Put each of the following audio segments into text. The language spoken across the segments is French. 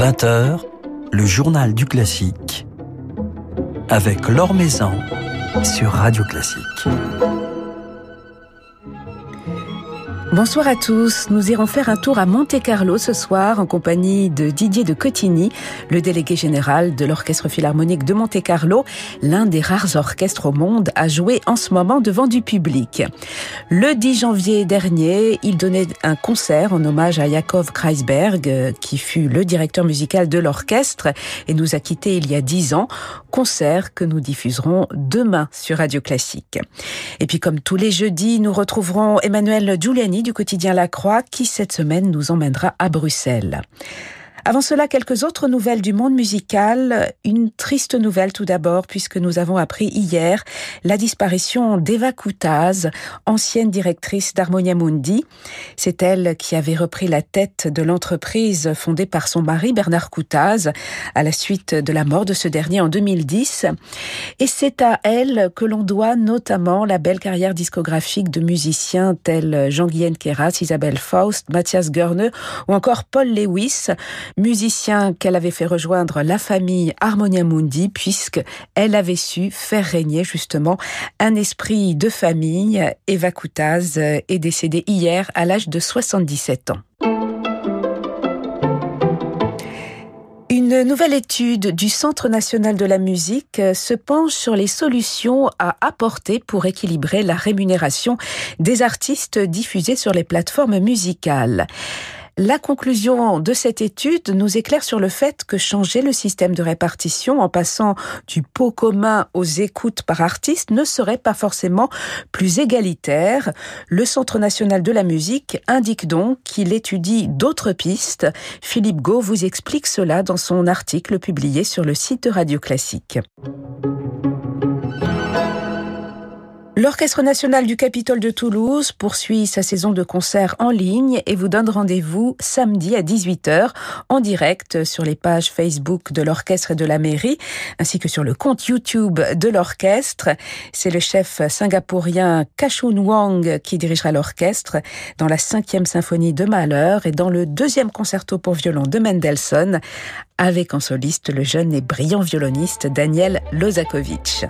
20h, le journal du classique avec Laure Maison sur Radio Classique. Bonsoir à tous. Nous irons faire un tour à Monte-Carlo ce soir en compagnie de Didier de Cotigny, le délégué général de l'Orchestre Philharmonique de Monte-Carlo, l'un des rares orchestres au monde à jouer en ce moment devant du public. Le 10 janvier dernier, il donnait un concert en hommage à Yakov Kreisberg, qui fut le directeur musical de l'orchestre et nous a quittés il y a 10 ans. Concert que nous diffuserons demain sur Radio Classique. Et puis comme tous les jeudis, nous retrouverons Emmanuel Giuliani du quotidien La Croix qui cette semaine nous emmènera à Bruxelles. Avant cela, quelques autres nouvelles du monde musical. Une triste nouvelle tout d'abord, puisque nous avons appris hier la disparition d'Eva Koutaz, ancienne directrice d'Harmonia Mundi. C'est elle qui avait repris la tête de l'entreprise fondée par son mari Bernard Koutaz à la suite de la mort de ce dernier en 2010. Et c'est à elle que l'on doit notamment la belle carrière discographique de musiciens tels Jean-Guyen Queyras, Isabelle Faust, Mathias Goerne ou encore Paul Lewis, musicien qu'elle avait fait rejoindre la famille Harmonia Mundi, puisqu'elle avait su faire régner justement un esprit de famille. Eva Koutaz est décédée hier à l'âge de 77 ans. Une nouvelle étude du Centre national de la musique se penche sur les solutions à apporter pour équilibrer la rémunération des artistes diffusés sur les plateformes musicales. La conclusion de cette étude nous éclaire sur le fait que changer le système de répartition en passant du pot commun aux écoutes par artiste ne serait pas forcément plus égalitaire. Le Centre national de la musique indique donc qu'il étudie d'autres pistes. Philippe Gau vous explique cela dans son article publié sur le site de Radio Classique. L'Orchestre national du Capitole de Toulouse poursuit sa saison de concerts en ligne et vous donne rendez-vous samedi à 18h en direct sur les pages Facebook de l'orchestre et de la mairie, ainsi que sur le compte YouTube de l'orchestre. C'est le chef singapourien Kashun Wong qui dirigera l'orchestre dans la 5e symphonie de Mahler et dans le 2e concerto pour violon de Mendelssohn, avec en soliste le jeune et brillant violoniste Daniel Lozakovich.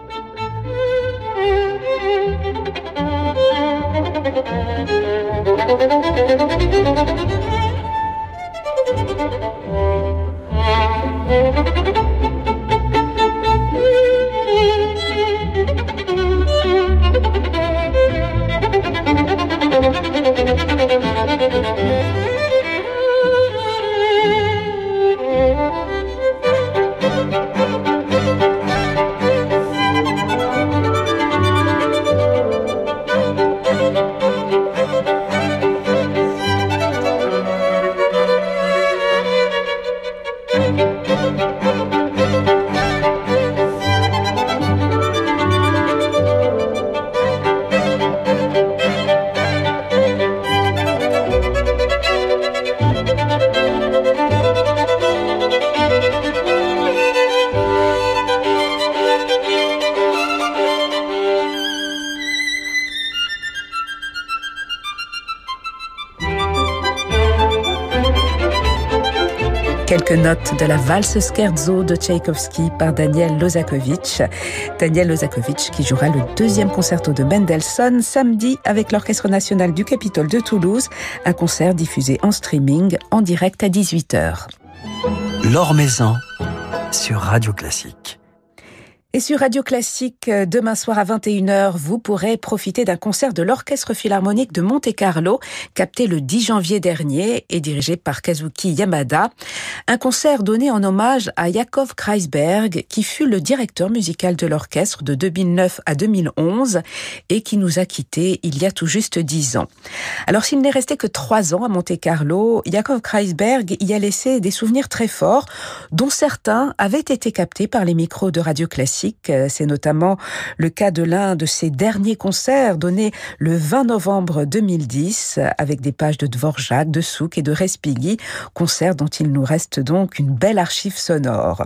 Quelques notes de la valse scherzo de Tchaïkovski par Daniel Lozakovich. Daniel Lozakovich qui jouera le 2e concerto de Mendelssohn samedi avec l'Orchestre national du Capitole de Toulouse. Un concert diffusé en streaming en direct à 18h. Laure Maison sur Radio Classique. Et sur Radio Classique, demain soir à 21h, vous pourrez profiter d'un concert de l'Orchestre Philharmonique de Monte-Carlo, capté le 10 janvier dernier et dirigé par Kazuki Yamada. Un concert donné en hommage à Yakov Kreisberg, qui fut le directeur musical de l'orchestre de 2009 à 2011 et qui nous a quittés il y a tout juste 10 ans. Alors s'il n'est resté que 3 ans à Monte-Carlo, Yakov Kreisberg y a laissé des souvenirs très forts, dont certains avaient été captés par les micros de Radio Classique. C'est notamment le cas de l'un de ses derniers concerts donnés le 20 novembre 2010 avec des pages de Dvorak, de Souk et de Respighi, concert dont il nous reste donc une belle archive sonore.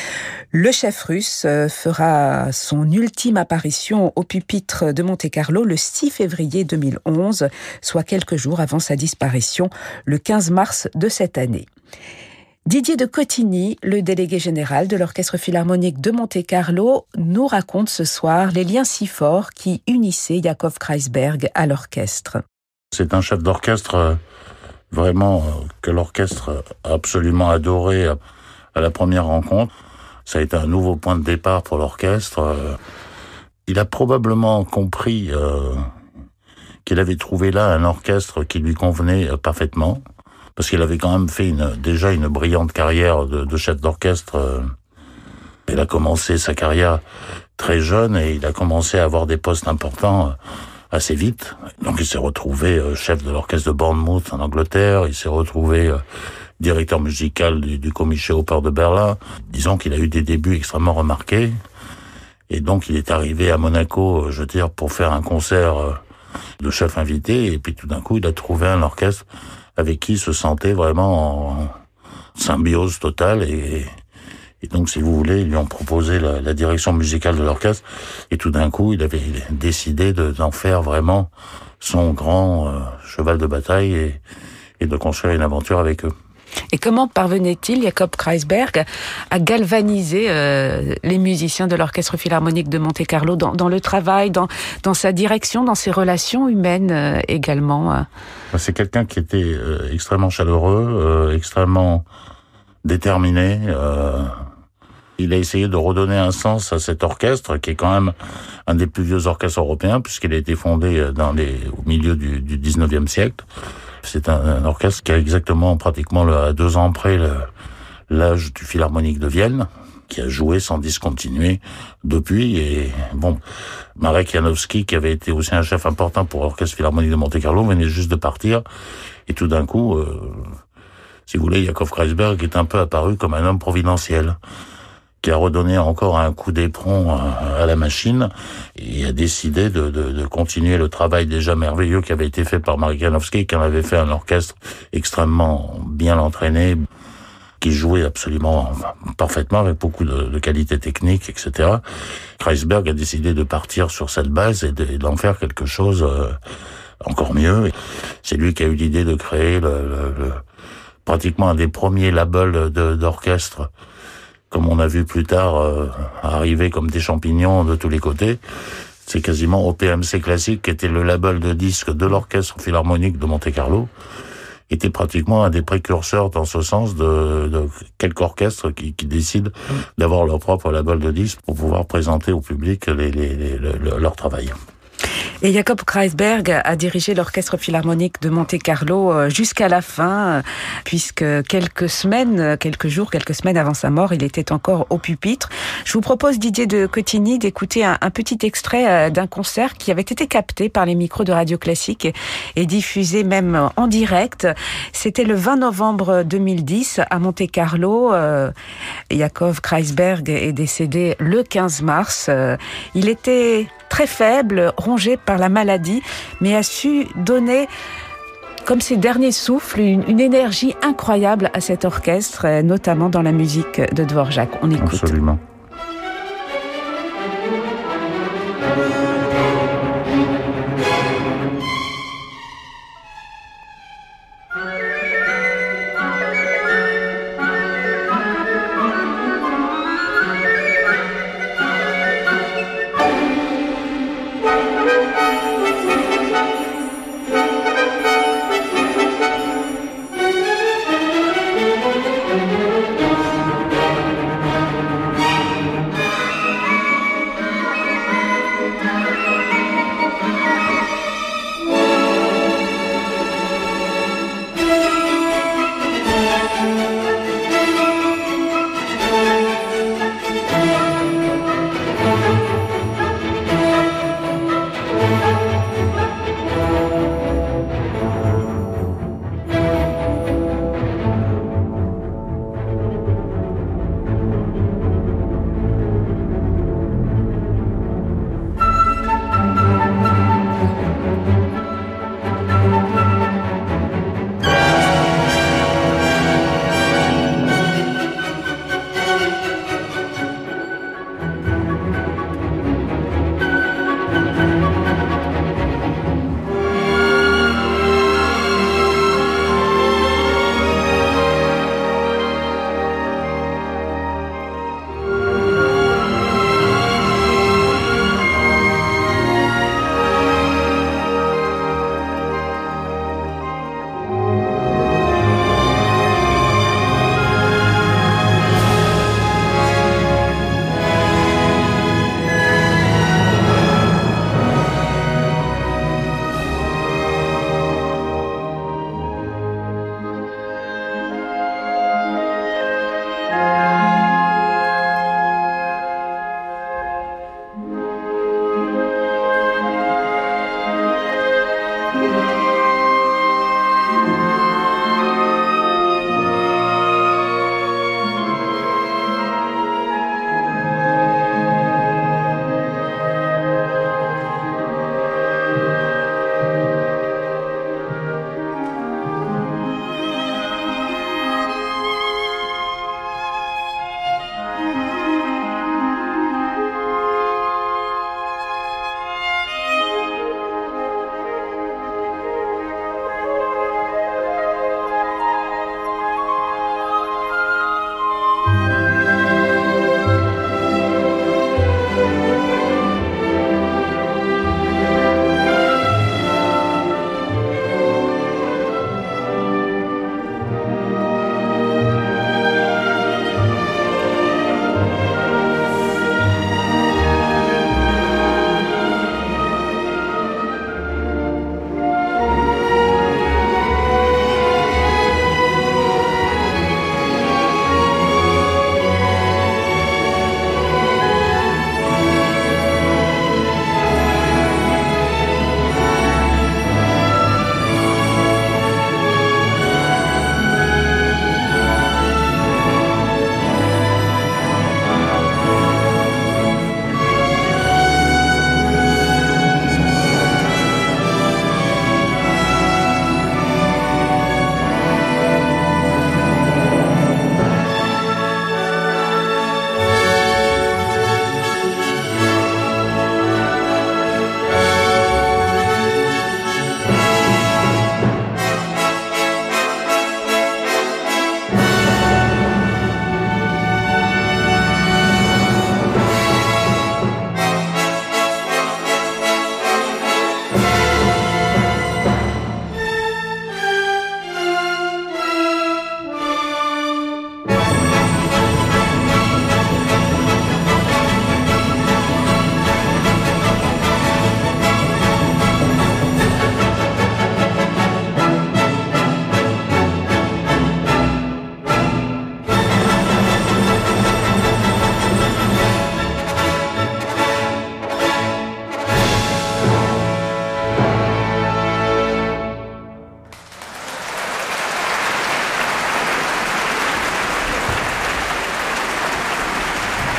Le chef russe fera son ultime apparition au pupitre de Monte-Carlo le 6 février 2011, soit quelques jours avant sa disparition, le 15 mars de cette année. Didier de Cotigny, le délégué général de l'Orchestre Philharmonique de Monte-Carlo, nous raconte ce soir les liens si forts qui unissaient Yakov Kreisberg à l'orchestre. C'est un chef d'orchestre vraiment que l'orchestre a absolument adoré à la première rencontre. Ça a été un nouveau point de départ pour l'orchestre. Il a probablement compris qu'il avait trouvé là un orchestre qui lui convenait parfaitement. Parce qu'il avait quand même fait déjà une brillante carrière de chef d'orchestre. Il a commencé sa carrière très jeune et il a commencé à avoir des postes importants assez vite. Donc il s'est retrouvé chef de l'orchestre de Bournemouth en Angleterre, il s'est retrouvé directeur musical du Komische Oper de Berlin. Disons qu'il a eu des débuts extrêmement remarqués. Et donc il est arrivé à Monaco, je veux dire, pour faire un concert de chef invité. Et puis tout d'un coup, il a trouvé un orchestre avec qui il se sentait vraiment en symbiose totale. Et donc, si vous voulez, ils lui ont proposé la direction musicale de l'orchestre. Et tout d'un coup, il avait décidé d'en faire vraiment son grand cheval de bataille et de construire une aventure avec eux. Et comment parvenait-il, Yakov Kreisberg, à galvaniser les musiciens de l'Orchestre Philharmonique de Monte-Carlo dans le travail, dans sa direction, dans ses relations humaines également? C'est quelqu'un qui était extrêmement chaleureux, extrêmement déterminé. Il a essayé de redonner un sens à cet orchestre, qui est quand même un des plus vieux orchestres européens, puisqu'il a été fondé au milieu du 19e siècle. C'est un orchestre qui a exactement, pratiquement à 2 ans près, l'âge du Philharmonique de Vienne, qui a joué sans discontinuer depuis. Et bon, Marek Janowski, qui avait été aussi un chef important pour l'Orchestre Philharmonique de Monte-Carlo, venait juste de partir. Et tout d'un coup, si vous voulez, Yakov Kreisberg est un peu apparu comme un homme providentiel, qui a redonné encore un coup d'éperon à la machine et a décidé de continuer le travail déjà merveilleux qui avait été fait par Marek Janowski, qui en avait fait un orchestre extrêmement bien entraîné, qui jouait absolument parfaitement avec beaucoup de qualité technique, etc. Kreisberg a décidé de partir sur cette base et d'en faire quelque chose encore mieux. C'est lui qui a eu l'idée de créer pratiquement un des premiers labels d'orchestre, comme on a vu plus tard arriver comme des champignons de tous les côtés. C'est quasiment OPMC Classique, qui était le label de disques de l'Orchestre Philharmonique de Monte-Carlo, était pratiquement un des précurseurs dans ce sens de quelques orchestres qui décident d'avoir leur propre label de disques pour pouvoir présenter au public leur travail. Et Yakov Kreisberg a dirigé l'Orchestre Philharmonique de Monte-Carlo jusqu'à la fin, puisque quelques semaines avant sa mort, il était encore au pupitre. Je vous propose, Didier de Cotigny, d'écouter un petit extrait d'un concert qui avait été capté par les micros de Radio Classique et diffusé même en direct. C'était le 20 novembre 2010 à Monte-Carlo. Yakov Kreisberg est décédé le 15 mars. Il était très faible, rongé par la maladie, mais a su donner, comme ses derniers souffles, une énergie incroyable à cet orchestre, notamment dans la musique de Dvorak. On écoute. Absolument.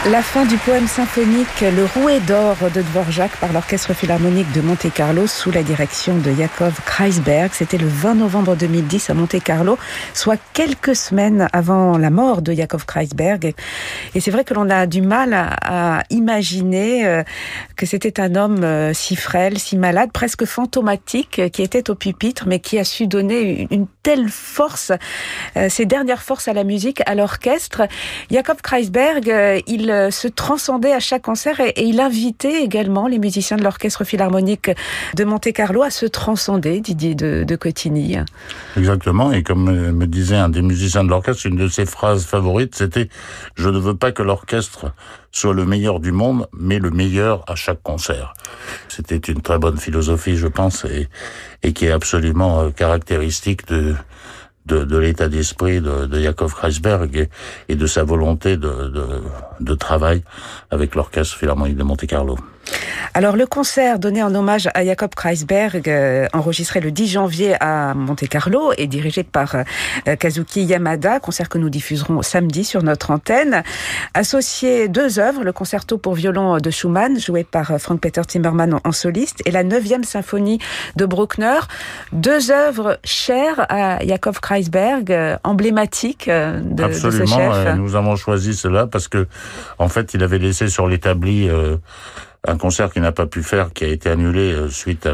La fin du poème symphonique Le Rouet d'or de Dvorak par l'Orchestre Philharmonique de Monte-Carlo sous la direction de Yakov Kreisberg. C'était le 20 novembre 2010 à Monte-Carlo, soit quelques semaines avant la mort de Yakov Kreisberg. Et c'est vrai que l'on a du mal à imaginer que c'était un homme si frêle, si malade, presque fantomatique, qui était au pupitre, mais qui a su donner une telle force, ses dernières forces à la musique, à l'orchestre. Yakov Kreisberg, il se transcendait à chaque concert et il invitait également les musiciens de l'Orchestre Philharmonique de Monte-Carlo à se transcender, Didier de Cotigny. Exactement, et comme me disait un des musiciens de l'orchestre, une de ses phrases favorites, c'était « Je ne veux pas que l'orchestre soit le meilleur du monde, mais le meilleur à chaque concert ». C'était une très bonne philosophie, je pense, et qui est absolument caractéristique de l'état d'esprit de Yakov Kreisberg et de sa volonté de travail avec l'Orchestre Philharmonique de Monte-Carlo. Alors, le concert donné en hommage à Yakov Kreisberg, enregistré le 10 janvier à Monte-Carlo et dirigé par Kazuki Yamada, concert que nous diffuserons samedi sur notre antenne, associé 2 œuvres, le concerto pour violon de Schumann, joué par Frank-Peter Zimmermann en soliste, et la 9e symphonie de Bruckner, 2 œuvres chères à Yakov Kreisberg, emblématiques de ce chef. Absolument, nous avons choisi cela parce que, en fait, il avait laissé sur l'établi un concert qu'il n'a pas pu faire, qui a été annulé suite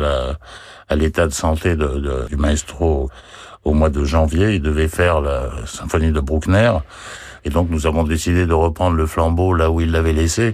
à l'état de santé du maestro au mois de janvier. Il devait faire la symphonie de Bruckner. Et donc, nous avons décidé de reprendre le flambeau là où il l'avait laissé.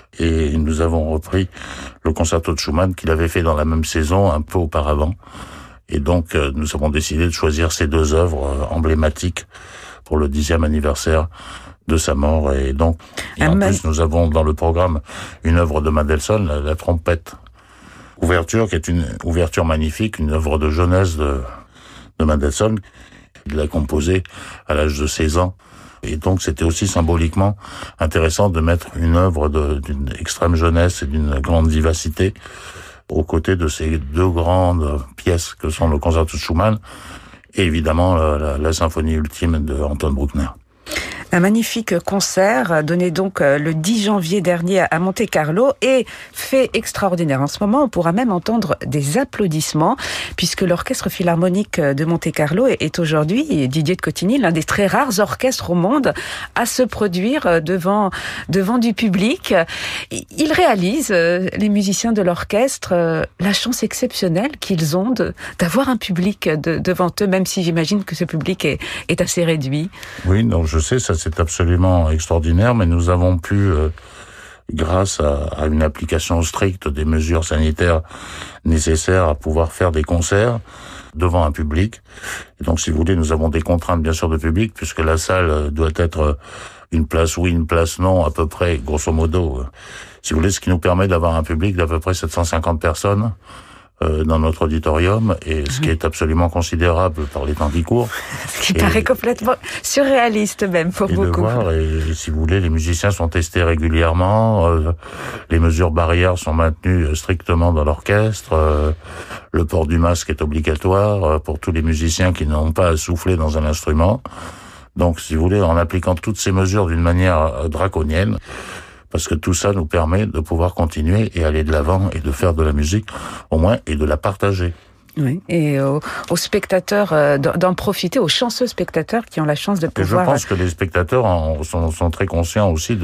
Et nous avons repris le concerto de Schumann qu'il avait fait dans la même saison, un peu auparavant. Et donc, nous avons décidé de choisir ces 2 œuvres emblématiques pour le 10e anniversaire de sa mort. Et donc, en plus, nous avons dans le programme une œuvre de Mendelssohn, la trompette ouverture, qui est une ouverture magnifique, une œuvre de jeunesse de Mendelssohn. Il l'a composée à l'âge de 16 ans. Et donc, c'était aussi symboliquement intéressant de mettre une œuvre d'une extrême jeunesse et d'une grande vivacité aux côtés de ces 2 grandes pièces que sont le concerto de Schumann et évidemment la symphonie ultime de Anton Bruckner. Un magnifique concert donné donc le 10 janvier dernier à Monte-Carlo et fait extraordinaire. En ce moment, on pourra même entendre des applaudissements puisque l'Orchestre Philharmonique de Monte-Carlo est aujourd'hui, Didier de Cotigny, l'un des très rares orchestres au monde à se produire devant du public. Ils réalisent, les musiciens de l'orchestre, la chance exceptionnelle qu'ils ont d'avoir un public devant eux, même si j'imagine que ce public est assez réduit. Oui, non, je sais, ça c'est absolument extraordinaire, mais nous avons pu, grâce à une application stricte des mesures sanitaires nécessaires à pouvoir faire des concerts devant un public. Et donc, si vous voulez, nous avons des contraintes bien sûr de public, puisque la salle doit être une place oui, une place non, à peu près, grosso modo. Si vous voulez, ce qui nous permet d'avoir un public d'à peu près 750 personnes dans notre auditorium, et ce qui est absolument considérable par les temps qui courent. Ce qui paraît complètement surréaliste même pour beaucoup. Et si vous voulez, les musiciens sont testés régulièrement, les mesures barrières sont maintenues strictement dans l'orchestre, le port du masque est obligatoire pour tous les musiciens qui n'ont pas à souffler dans un instrument. Donc, si vous voulez, en appliquant toutes ces mesures d'une manière draconienne, parce que tout ça nous permet de pouvoir continuer et aller de l'avant et de faire de la musique, au moins, et de la partager. Oui, et aux spectateurs d'en profiter, aux chanceux spectateurs qui ont la chance de pouvoir... Et je pense que les spectateurs sont très conscients aussi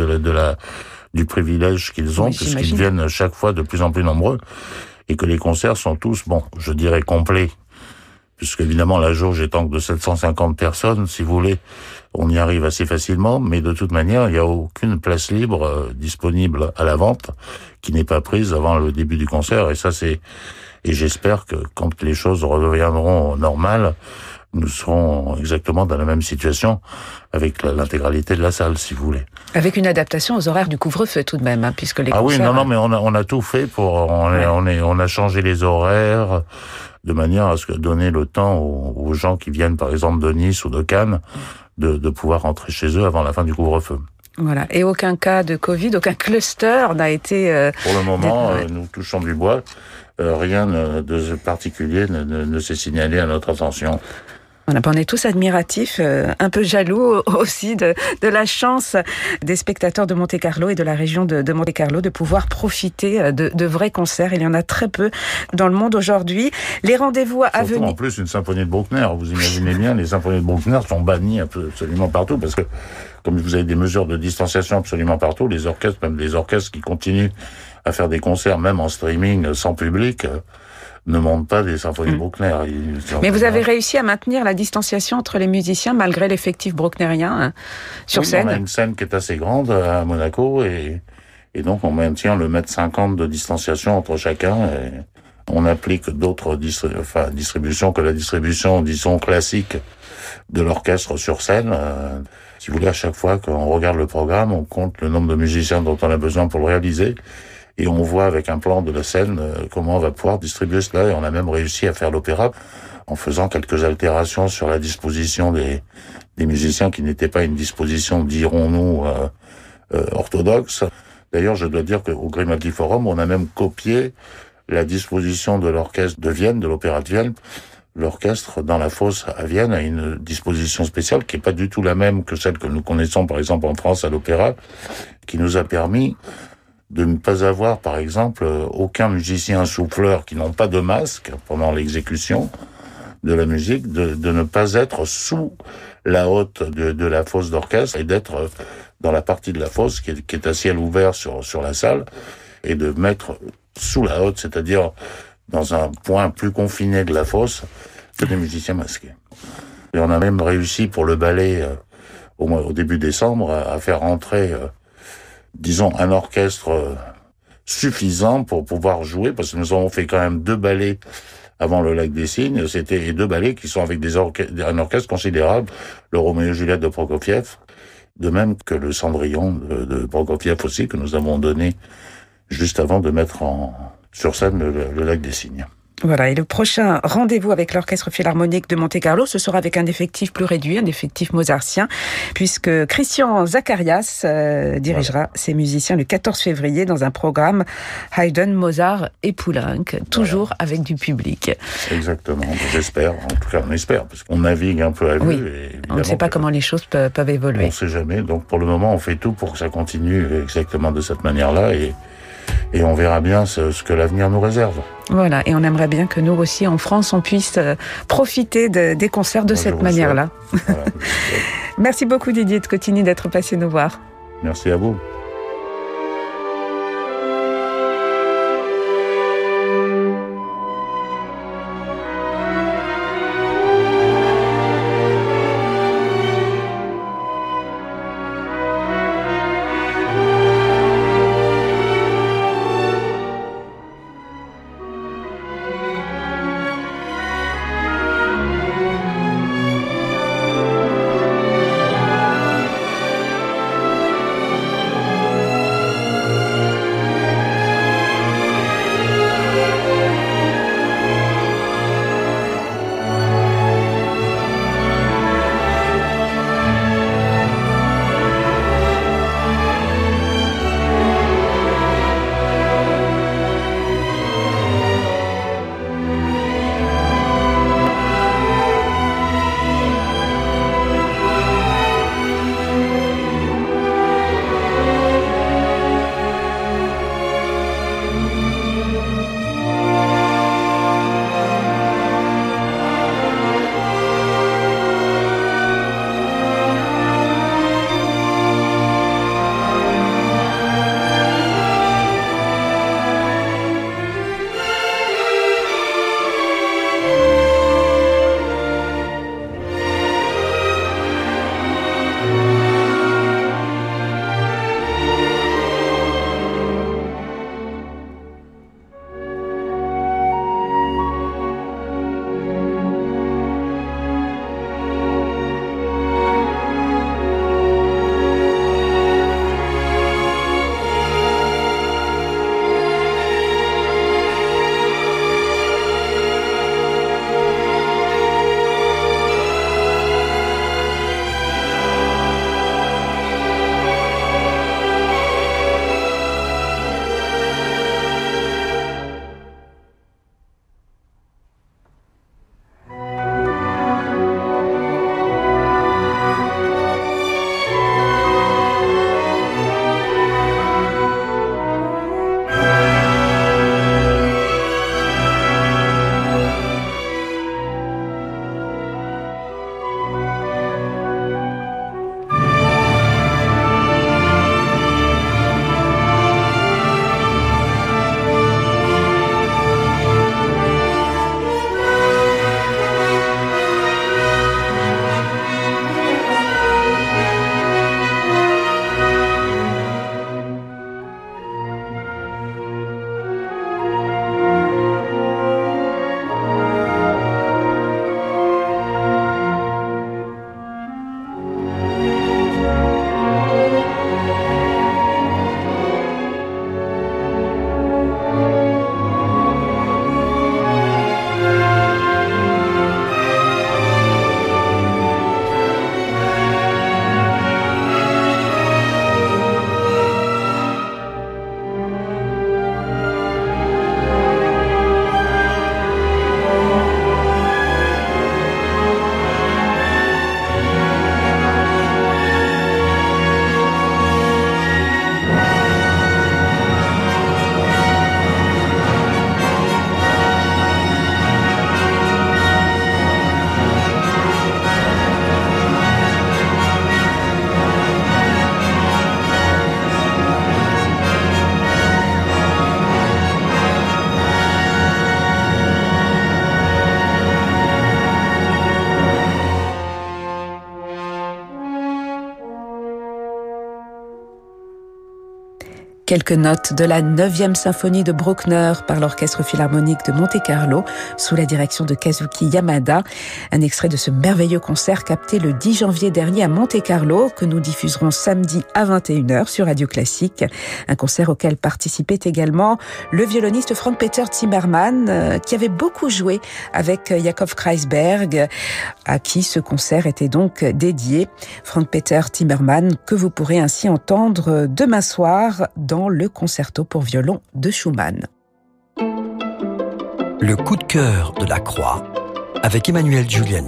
du privilège qu'ils ont, puisqu'ils viennent chaque fois de plus en plus nombreux, et que les concerts sont tous, je dirais complets, puisque évidemment la jauge étant de 750 personnes, si vous voulez, on y arrive assez facilement, mais de toute manière, il n'y a aucune place libre disponible à la vente qui n'est pas prise avant le début du concert, et j'espère que quand les choses reviendront normales, nous serons exactement dans la même situation avec l'intégralité de la salle, si vous voulez. Avec une adaptation aux horaires du couvre-feu tout de même, puisque les concerts... Ah oui, non, mais on a tout fait on a changé les horaires de manière à ce que donner le temps aux gens qui viennent, par exemple, de Nice ou de Cannes, de pouvoir rentrer chez eux avant la fin du couvre-feu. Voilà. Et aucun cas de Covid, aucun cluster n'a été... Pour le moment, nous touchons du bois. Rien de particulier ne s'est signalé à notre attention. On est tous admiratifs, un peu jaloux aussi de la chance des spectateurs de Monte-Carlo et de la région de Monte-Carlo de pouvoir profiter de vrais concerts. Il y en a très peu dans le monde aujourd'hui. Les rendez-vous à venir. En plus, une symphonie de Bruckner, vous imaginez bien, les symphonies de Bruckner sont bannies absolument partout parce que, comme vous avez des mesures de distanciation absolument partout, les orchestres, même des orchestres qui continuent à faire des concerts, même en streaming, sans public, ne montent pas des symphonies de Bruckner. Mais vous avez réussi à maintenir la distanciation entre les musiciens malgré l'effectif brucknerien sur scène. On a une scène qui est assez grande à Monaco et donc on maintient le 1,50 m de distanciation entre chacun. Et on applique d'autres distributions que la distribution, disons, classique de l'orchestre sur scène. Si vous voulez, à chaque fois qu'on regarde le programme, on compte le nombre de musiciens dont on a besoin pour le réaliser. Et on voit avec un plan de la scène comment on va pouvoir distribuer cela. Et on a même réussi à faire l'opéra en faisant quelques altérations sur la disposition des musiciens qui n'étaient pas une disposition, dirons-nous, orthodoxe. D'ailleurs, je dois dire qu'au Grimaldi Forum, on a même copié la disposition de l'orchestre de Vienne, de l'Opéra de Vienne. L'orchestre, dans la fosse à Vienne, a une disposition spéciale qui est pas du tout la même que celle que nous connaissons, par exemple, en France, à l'opéra, qui nous a permis de ne pas avoir, par exemple, aucun musicien souffleur qui n'ont pas de masque pendant l'exécution de la musique, de ne pas être sous la haute de la fosse d'orchestre et d'être dans la partie de la fosse qui est à ciel ouvert sur la salle et de mettre sous la haute, c'est-à-dire dans un point plus confiné de la fosse, que des musiciens masqués. Et on a même réussi pour le ballet au début décembre à faire rentrer disons, un orchestre suffisant pour pouvoir jouer, parce que nous avons fait quand même 2 ballets avant le Lac des Cygnes, c'était 2 ballets qui sont avec un orchestre considérable, le Roméo et Juliette de Prokofiev, de même que le Cendrillon de Prokofiev aussi, que nous avons donné juste avant de mettre sur scène le Lac des Cygnes. Voilà, et le prochain rendez-vous avec l'Orchestre Philharmonique de Monte-Carlo, ce sera avec un effectif plus réduit, un effectif mozartien, puisque Christian Zacharias dirigera ses musiciens le 14 février dans un programme Haydn, Mozart et Poulenc, toujours avec du public. Exactement, j'espère, en tout cas on espère, parce qu'on navigue un peu à vue. Oui, on ne sait pas comment les choses peuvent évoluer. On ne sait jamais, donc pour le moment on fait tout pour que ça continue exactement de cette manière-là, et on verra bien ce que l'avenir nous réserve. Voilà, et on aimerait bien que nous aussi, en France, on puisse profiter des concerts de cette manière-là. Voilà, merci beaucoup Didier de Cotigny d'être passé nous voir. Merci à vous. Quelques notes de la 9e symphonie de Bruckner par l'Orchestre Philharmonique de Monte-Carlo sous la direction de Kazuki Yamada. Un extrait de ce merveilleux concert capté le 10 janvier dernier à Monte-Carlo que nous diffuserons samedi à 21h sur Radio Classique. Un concert auquel participait également le violoniste Frank-Peter Zimmermann qui avait beaucoup joué avec Jakob Kreisberg à qui ce concert était donc dédié. Frank-Peter Zimmermann que vous pourrez ainsi entendre demain soir dans le concerto pour violon de Schumann. Le coup de cœur de la Croix avec Emmanuelle Giuliani.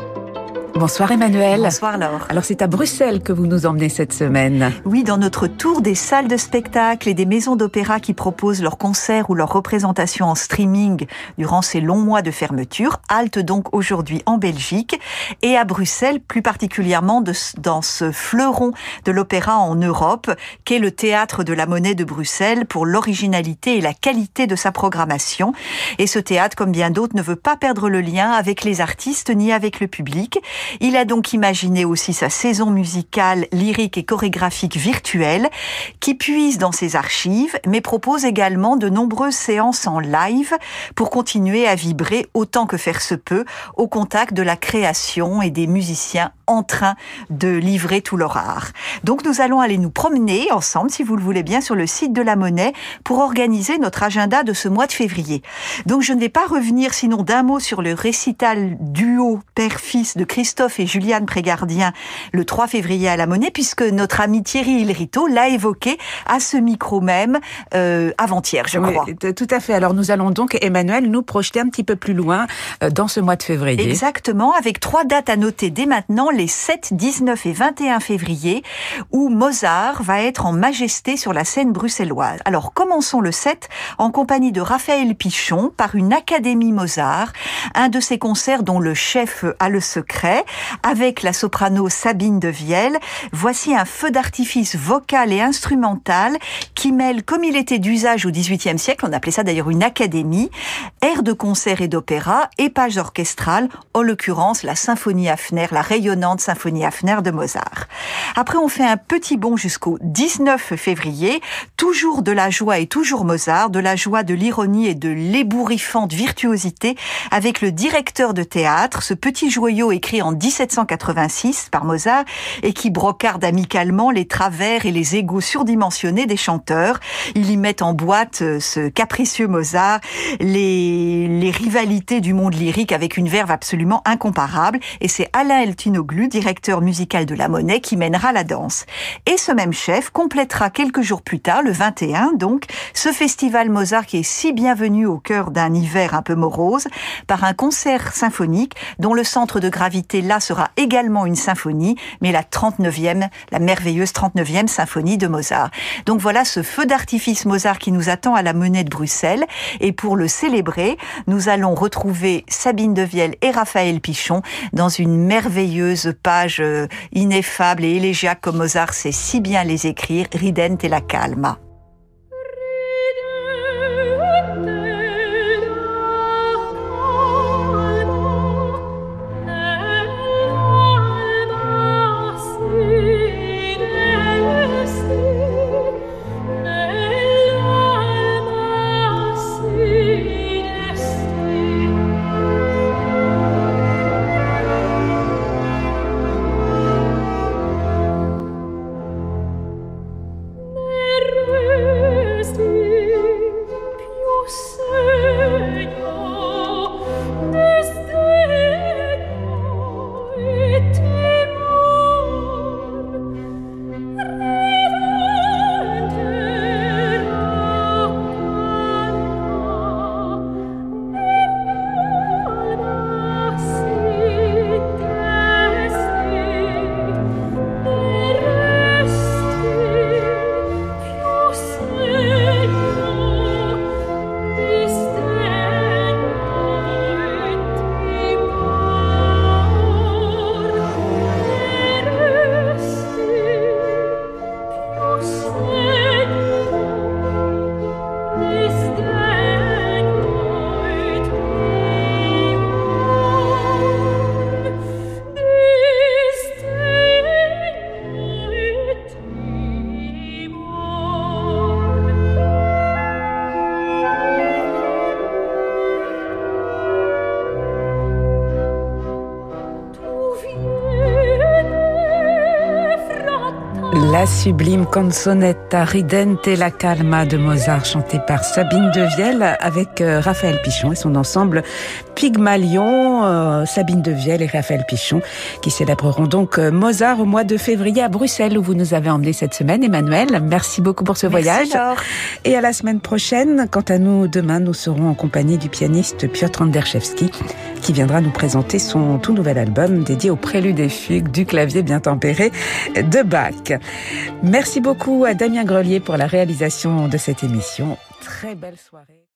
Bonsoir Emmanuelle. Bonsoir Laure. Alors c'est à Bruxelles que vous nous emmenez cette semaine. Oui, dans notre tour des salles de spectacle et des maisons d'opéra qui proposent leurs concerts ou leurs représentations en streaming durant ces longs mois de fermeture, halte donc aujourd'hui en Belgique et à Bruxelles, plus particulièrement dans ce fleuron de l'opéra en Europe qu'est le Théâtre de la Monnaie de Bruxelles pour l'originalité et la qualité de sa programmation. Et ce théâtre, comme bien d'autres, ne veut pas perdre le lien avec les artistes ni avec le public. Il a donc imaginé aussi sa saison musicale, lyrique et chorégraphique virtuelle qui puise dans ses archives, mais propose également de nombreuses séances en live pour continuer à vibrer autant que faire se peut au contact de la création et des musiciens en train de livrer tout leur art. Donc nous allons aller nous promener ensemble, si vous le voulez bien, sur le site de la Monnaie pour organiser notre agenda de ce mois de février. Donc je ne vais pas revenir sinon d'un mot sur le récital duo père-fils de Christophe et Juliane Prégardien le 3 février à la Monnaie, puisque notre ami Thierry Hilrito l'a évoqué à ce micro même avant-hier, je crois. Oui, tout à fait. Alors nous allons donc, Emmanuel, nous projeter un petit peu plus loin dans ce mois de février. Exactement, avec 3 dates à noter dès maintenant, les 7, 19 et 21 février, où Mozart va être en majesté sur la scène bruxelloise. Alors commençons le 7 en compagnie de Raphaël Pichon par une Académie Mozart, un de ces concerts dont le chef a le secret, avec la soprano Sabine de Vielle. Voici un feu d'artifice vocal et instrumental qui mêle, comme il était d'usage au XVIIIe siècle, on appelait ça d'ailleurs une académie, airs de concert et d'opéra et pages orchestrales, en l'occurrence la symphonie Hafner, la rayonnante symphonie Hafner de Mozart. Après, on fait un petit bond jusqu'au 19 février, toujours de la joie et toujours Mozart, de la joie, de l'ironie et de l'ébouriffante virtuosité avec le directeur de théâtre, ce petit joyau écrit en 1786 par Mozart et qui brocarde amicalement les travers et les égos surdimensionnés des chanteurs. Il y met en boîte ce capricieux Mozart, les rivalités du monde lyrique avec une verve absolument incomparable, et c'est Alain Eltinoglu, directeur musical de la Monnaie, qui mènera la danse. Et ce même chef complétera quelques jours plus tard, le 21 donc, ce festival Mozart qui est si bienvenu au cœur d'un hiver un peu morose, par un concert symphonique dont le centre de gravité là sera également une symphonie, mais la merveilleuse 39e symphonie de Mozart. Donc voilà ce feu d'artifice Mozart qui nous attend à la Monnaie de Bruxelles, et pour le célébrer, nous allons retrouver Sabine de Vielle et Raphaël Pichon dans une merveilleuse page ineffable et élégiaque comme Mozart sait si bien les écrire, Ridente e la calma. la sublime canzonetta Ridente la calma de Mozart, chantée par Sabine Devielle avec Raphaël Pichon et son ensemble Pygmalion. Sabine Devielle et Raphaël Pichon qui célébreront donc Mozart au mois de février à Bruxelles, où vous nous avez emmenés cette semaine. Emmanuel, merci beaucoup pour ce voyage. Laure. Et à la semaine prochaine. Quant à nous, demain, nous serons en compagnie du pianiste Piotr Anderszewski, qui viendra nous présenter son tout nouvel album dédié aux préludes et fugues du clavier bien tempéré de Bach. Merci beaucoup à Damien Grelier pour la réalisation de cette émission. Très belle soirée.